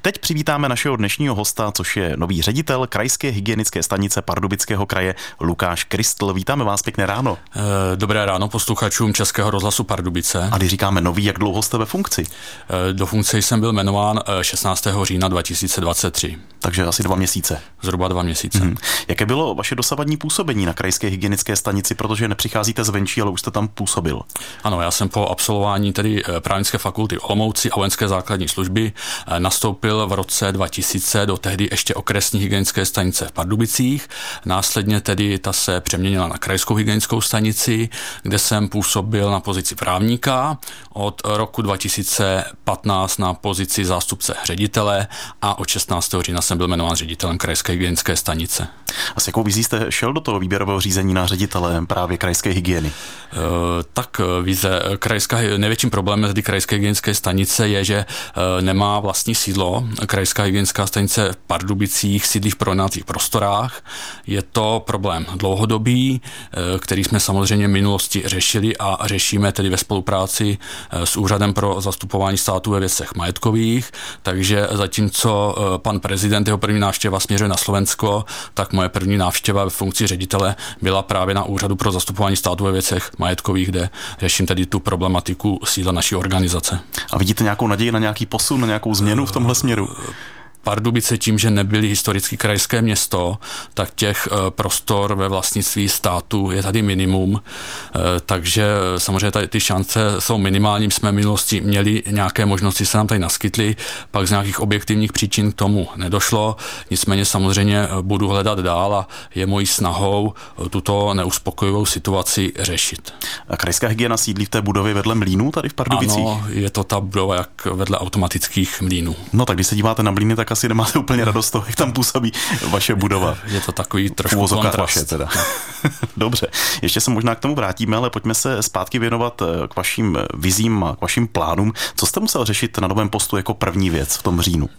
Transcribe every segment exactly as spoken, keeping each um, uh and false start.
Teď přivítáme našeho dnešního hosta, což je nový ředitel Krajské hygienické stanice Pardubického kraje Lukáš Kristl. Vítáme vás, pěkné ráno. Dobré ráno posluchačům Českého rozhlasu Pardubice. A když říkáme nový, jak dlouho jste ve funkci? Do funkce jsem byl jmenován šestnáctého října dva tisíce dvacet tři. Takže asi dva měsíce. Zhruba dva měsíce. Hmm. Jaké bylo vaše dosavadní působení na Krajské hygienické stanici, protože nepřicházíte zvenčí, ale už jste tam působil? Ano, já jsem po absolvování tedy právnické fakulty Olomouci a vojenské základní služby nastoupil v roce dva tisíce do tehdy ještě okresní hygienické stanice v Pardubicích. Následně tedy ta se přeměnila na Krajskou hygienickou stanici, kde jsem působil na pozici právníka, od roku dva tisíce patnáct na pozici zástupce ředitele a od šestnáctého října jsem byl jmenován ředitelem Krajské hygienické stanice. A s jakou vizí jste šel do toho výběrového řízení na ředitele právě krajské hygieny? E, tak vize krajská, největším problémem tedy Krajské hygienické stanice je, že e, nemá vlastní sídlo. Krajská hygienická stanice v Pardubicích sídlí v pronajatých prostorách. Je to problém dlouhodobý, e, který jsme samozřejmě v minulosti řešili a řešíme tedy ve spolupráci e, s Úřadem pro zastupování státu ve věcech majetkových. Takže zatímco e, pan prezident, jeho první návštěva směřuje na Slovensko, tak moje první návštěva ve funkci ředitele byla právě na Úřadu pro zastupování státu ve věcech majetkových, kde řeším tedy tu problematiku sídla naší organizace. A vidíte nějakou naději na nějaký posun, na nějakou změnu v tomhle směru? Pardubice tím, že nebyly historicky krajské město, tak těch prostor ve vlastnictví státu je tady minimum, takže samozřejmě tady ty šance jsou minimální. Jsme v minulosti měli nějaké možnosti, se nám tady naskytly, pak z nějakých objektivních příčin k tomu nedošlo, nicméně samozřejmě budu hledat dál a je mojí snahou tuto neuspokojivou situaci řešit. A krajská hygiena sídlí v té budově vedle mlýnů tady v Pardubicích? Ano, je to ta budova jak vedle automatických mlýnů. No tak když se díváte na mlýny, tak asi nemáte úplně radost toho, jak tam působí vaše budova. Je to takový trošku kontrast. Vaše, teda. Dobře, ještě se možná k tomu vrátíme, ale pojďme se zpátky věnovat k vašim vizím a k vašim plánům. Co jste musel řešit na novém postu jako první věc v tom říjnu?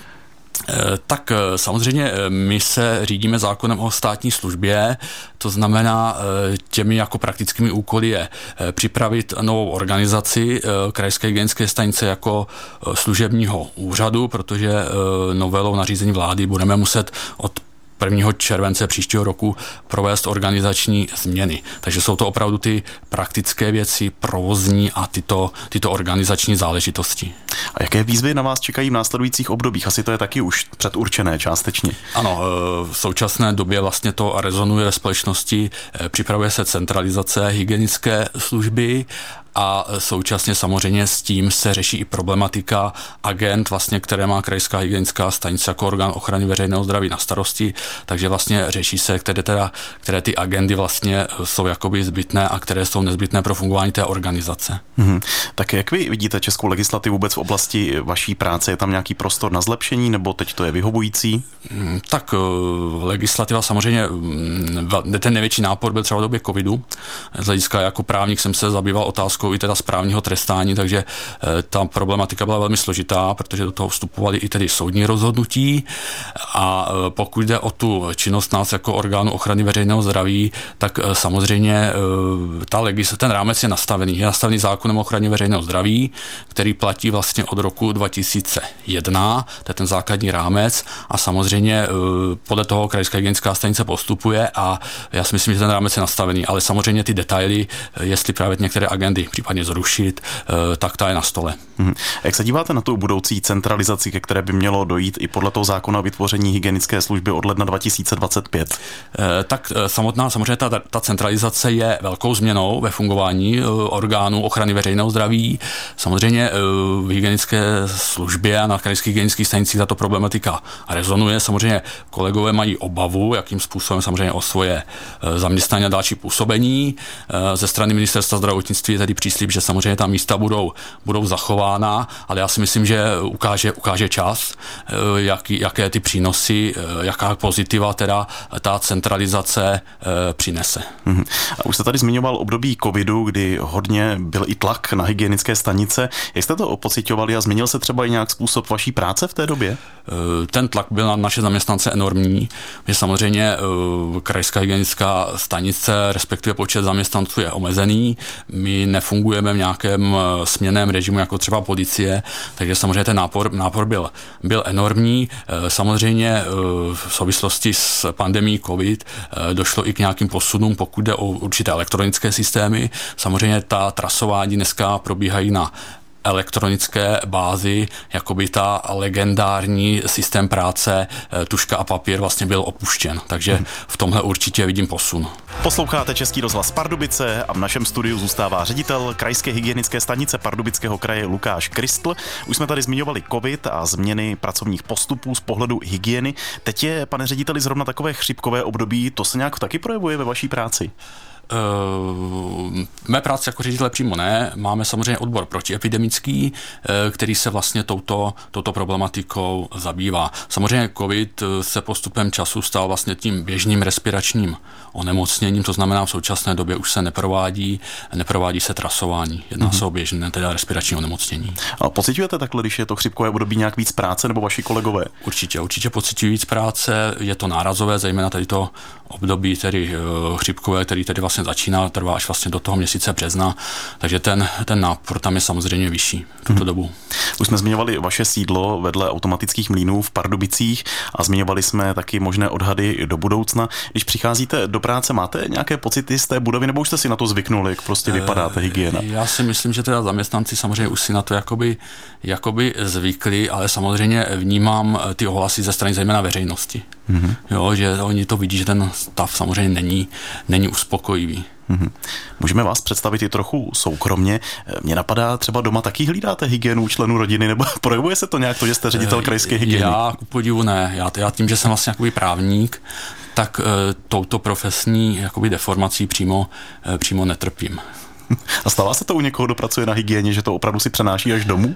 Tak samozřejmě my se řídíme zákonem o státní službě, to znamená těmi jako praktickými úkoly je připravit novou organizaci Krajské hygienické stanice jako služebního úřadu, protože novelou nařízení vlády budeme muset od prvního července příštího roku provést organizační změny. Takže jsou to opravdu ty praktické věci, provozní a tyto, tyto organizační záležitosti. A jaké výzvy na vás čekají v následujících obdobích? Asi to je taky už předurčené částečně. Ano, v současné době vlastně to rezonuje ve společnosti, připravuje se centralizace hygienické služby a současně samozřejmě s tím se řeší i problematika agent, vlastně, které má Krajská hygienická stanice jako orgán ochrany veřejného zdraví na starosti, takže vlastně řeší se, které, teda, které ty agendy vlastně jsou jakoby zbytné a které jsou nezbytné pro fungování té organizace. Hmm. Tak jak vy vidíte českou legislativu vůbec v oblasti vaší práce? Je tam nějaký prostor na zlepšení, nebo teď to je vyhovující? Tak legislativa samozřejmě, ten největší nápor byl třeba v době covidu. Z hlediska jako právník jsem se zabýval otázkou i teda správního trestání, takže ta problematika byla velmi složitá, protože do toho vstupovaly i tedy soudní rozhodnutí a pokud jde o tu činnost nás jako orgánu ochrany veřejného zdraví, tak samozřejmě ta legis, ten rámec je nastavený. Je nastavený zákonem o ochraně veřejného zdraví, který platí vlastně od roku dva tisíce jedna, to je ten základní rámec a samozřejmě podle toho Krajská hygienická stanice postupuje a já si myslím, že ten rámec je nastavený, ale samozřejmě ty detaily, jestli právě některé agendy případně zrušit, tak ta je na stole. Hmm. Jak se díváte na tu budoucí centralizaci, ke které by mělo dojít i podle toho zákona o vytvoření hygienické služby od ledna dva tisíce dvacet pět? Tak samotná, samozřejmě ta, ta centralizace je velkou změnou ve fungování orgánů ochrany veřejného zdraví. Samozřejmě v hygienické službě a na krajských hygienických stanicích tato problematika rezonuje. Samozřejmě kolegové mají obavu, jakým způsobem samozřejmě o svoje zaměstnání a další působení. Ze strany ministerstva zdravotnictví je tady příslib, že samozřejmě ta místa budou, budou zachována, ale já si myslím, že ukáže, ukáže čas, jaký, jaké ty přínosy, jaká pozitiva teda ta centralizace přinese. Hmm. A už jste tady zmiňoval období covidu, kdy hodně byl i tlak na hygienické stanice. Jak jste to pociťovali a změnil se třeba i nějak způsob vaší práce v té době? Ten tlak byl na naše zaměstnance enormní, že samozřejmě Krajská hygienická stanice, respektive počet zaměstnanců je omezený. My nefungujeme v nějakém směnném režimu, jako třeba policie, takže samozřejmě ten nápor, nápor byl, byl enormní. Samozřejmě v souvislosti s pandemií COVID došlo i k nějakým posunům, pokud jde o určité elektronické systémy. Samozřejmě ta trasování dneska probíhají na elektronické bázi, jakoby ta legendární systém práce, tužka a papír vlastně byl opuštěn. Takže v tomhle určitě vidím posun. Posloucháte Český rozhlas Pardubice a v našem studiu zůstává ředitel Krajské hygienické stanice Pardubického kraje Lukáš Kristl. Už jsme tady zmiňovali COVID a změny pracovních postupů z pohledu hygieny. Teď je, pane řediteli, zrovna takové chřipkové období, to se nějak taky projevuje ve vaší práci? Uh, mé práci jako ředitel přímo ne, máme samozřejmě odbor protiepidemický, uh, který se vlastně touto, touto problematikou zabývá. Samozřejmě COVID se postupem času stal vlastně tím běžným respiračním onemocněním, to znamená v současné době už se neprovádí, neprovádí se trasování. Jedná mm-hmm. se o běžné, teda respirační onemocnění. A pociťujete takhle, když je to chřipkové období, nějak víc práce nebo vaši kolegové? Určitě, určitě pociťují víc práce, je to nárazové, zejména tady to období tedy uh, chřipkové, který tedy vlastně začíná, trvá až vlastně do toho měsíce března, takže ten, ten nápor tam je samozřejmě vyšší v tuto hmm. dobu. Už jsme zmiňovali vaše sídlo vedle automatických mlýnů v Pardubicích a zmiňovali jsme taky možné odhady do budoucna. Když přicházíte do práce, máte nějaké pocity z té budovy, nebo už jste si na to zvyknuli, jak prostě vypadá ta hygiena? Já si myslím, že teda zaměstnanci samozřejmě už si na to jakoby, jakoby zvykli, ale samozřejmě vnímám ty ohlasy ze strany zejména veřejnosti. Mm-hmm. Jo, že oni to vidí, že ten stav samozřejmě není, není uspokojivý. Mm-hmm. Můžeme vás představit i trochu soukromně. Mně napadá, třeba doma taky hlídáte hygienu členů rodiny, nebo projevuje se to nějak to, že jste ředitel krajské hygieny? Já ku podivu ne. Já, já tím, že jsem vlastně jakoby právník, tak e, touto profesní jakoby deformací přímo, e, přímo netrpím. A stává se to u někoho, kdo pracuje na hygieně, že to opravdu si přenáší až domů?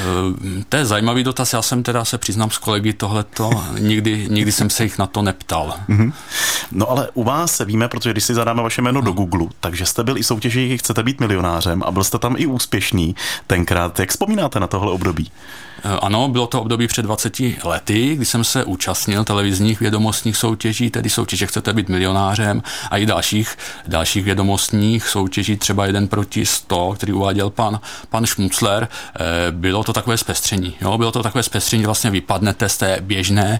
E, to je zajímavý dotaz, já jsem teda se přiznám s kolegy tohleto, nikdy, nikdy jsem se jich na to neptal. Mm-hmm. No ale u vás se víme, protože když si zadáme vaše jméno no. do Google, takže jste byl i soutěži Chcete být milionářem a byl jste tam i úspěšný tenkrát. Jak vzpomínáte na tohle období? Ano, bylo to období před dvaceti lety, kdy jsem se účastnil televizních vědomostních soutěží, tedy soutěže Chcete být milionářem a i dalších, dalších vědomostních soutěží, třeba jeden proti sto, který uváděl pan, pan Šmucler. Bylo to takové zpestření. Jo? Bylo to takové zpestření, že vlastně vypadnete z té běžné,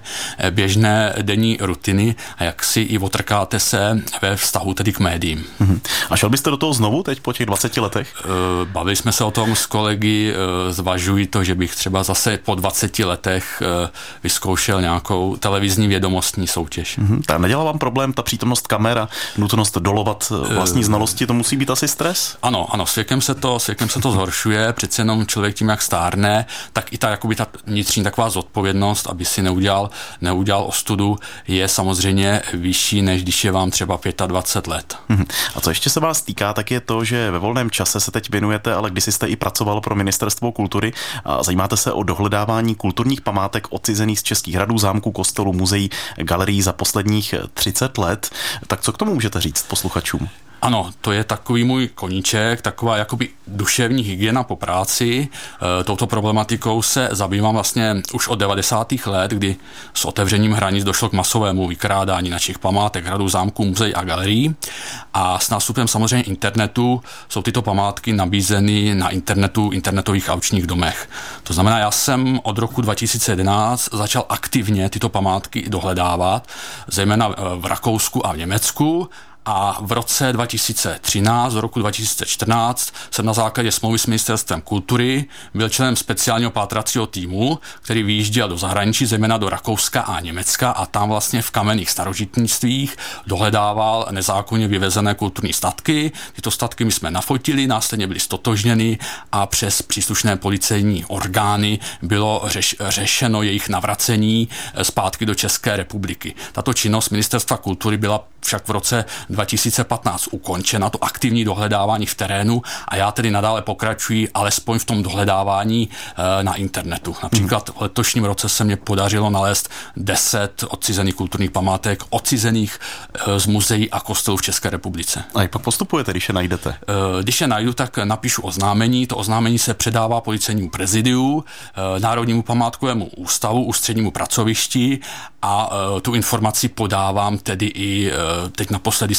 běžné denní rutiny a jak si i otrkáte se ve vztahu tedy k médiím. Mhm. A šel byste do toho znovu teď po těch dvaceti letech? Bavili jsme se o tom s kolegy, zvažuji to, že bych třeba zase po dvaceti letech vyzkoušel nějakou televizní vědomostní soutěž. Mm-hmm. Tak nedělá vám problém ta přítomnost kamera, nutnost dolovat vlastní znalosti, to musí být asi stres? Ano, ano, s věkem se to, s věkem se to zhoršuje, přece jenom člověk tím, jak stárne, tak i ta, jakoby ta vnitřní taková zodpovědnost, aby si neudělal, neudělal ostudu, je samozřejmě vyšší, než když je vám třeba dvacet pět let. Mm-hmm. A co ještě se vás týká, tak je to, že ve volném čase se teď věnujete, ale kdysi jste i pracoval pro Ministerstvo kultury a zajímáte se o dohledávání kulturních památek odcizených z českých hradů, zámků, kostelů, muzeí, galerií za posledních třicet let. Tak co k tomu můžete říct posluchačům? Ano, to je takový můj koníček, taková jakoby duševní hygiena po práci. E, touto problematikou se zabývám vlastně už od devadesátých let, kdy s otevřením hranic došlo k masovému vykrádání našich památek, hradů, zámků, muzeí a galerií. A s nástupem samozřejmě internetu jsou tyto památky nabízeny na internetu, internetových aukčních domech. To znamená, já jsem od roku dva tisíce jedenáct začal aktivně tyto památky dohledávat, zejména v Rakousku a v Německu. A v roce dva tisíce třináct, do roku dva tisíce čtrnáct jsem na základě smlouvy s Ministerstvem kultury byl členem speciálního pátracího týmu, který vyjížděl do zahraničí, zejména do Rakouska a Německa a tam vlastně v kamenných starožitnictvích dohledával nezákonně vyvezené kulturní statky. Tyto statky my jsme nafotili, následně byly stotožněny a přes příslušné policejní orgány bylo řeš, řešeno jejich navracení zpátky do České republiky. Tato činnost Ministerstva kultury byla však v roce dva tisíce patnáct ukončena, to aktivní dohledávání v terénu a já tedy nadále pokračuji alespoň v tom dohledávání e, na internetu. Například v letošním roce se mě podařilo nalézt deset odcizených kulturních památek, odcizených e, z muzeí a kostelů v České republice. A jak pak postupujete, když je najdete? E, když je najdu, tak napíšu oznámení. To oznámení se předává policejnímu prezidiu, e, Národnímu památkovému ústavu, ústřednímu pracovišti a e, tu informaci podávám tedy i e, teď naposledy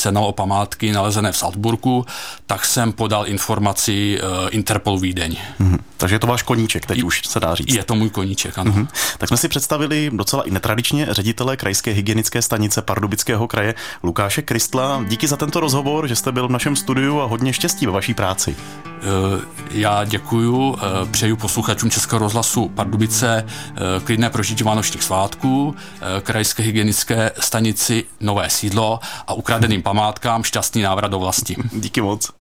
se jednalo o památky nalezené v Salzburgu, tak jsem podal informaci Interpolu Vídeň. Mm-hmm. Takže je to váš koníček, teď I, už se dá říct. Je to můj koníček, ano. Mm-hmm. Tak jsme si představili docela i netradičně ředitele Krajské hygienické stanice Pardubického kraje Lukáše Kristla. Díky za tento rozhovor, že jste byl v našem studiu a hodně štěstí ve vaší práci. Já děkuju, přeju posluchačům Českého rozhlasu Pardubice klidné prožití vánočních svátků, Krajské hygienické stanici nové sídlo a ukradeným památkám šťastný návrat do vlasti. Díky moc.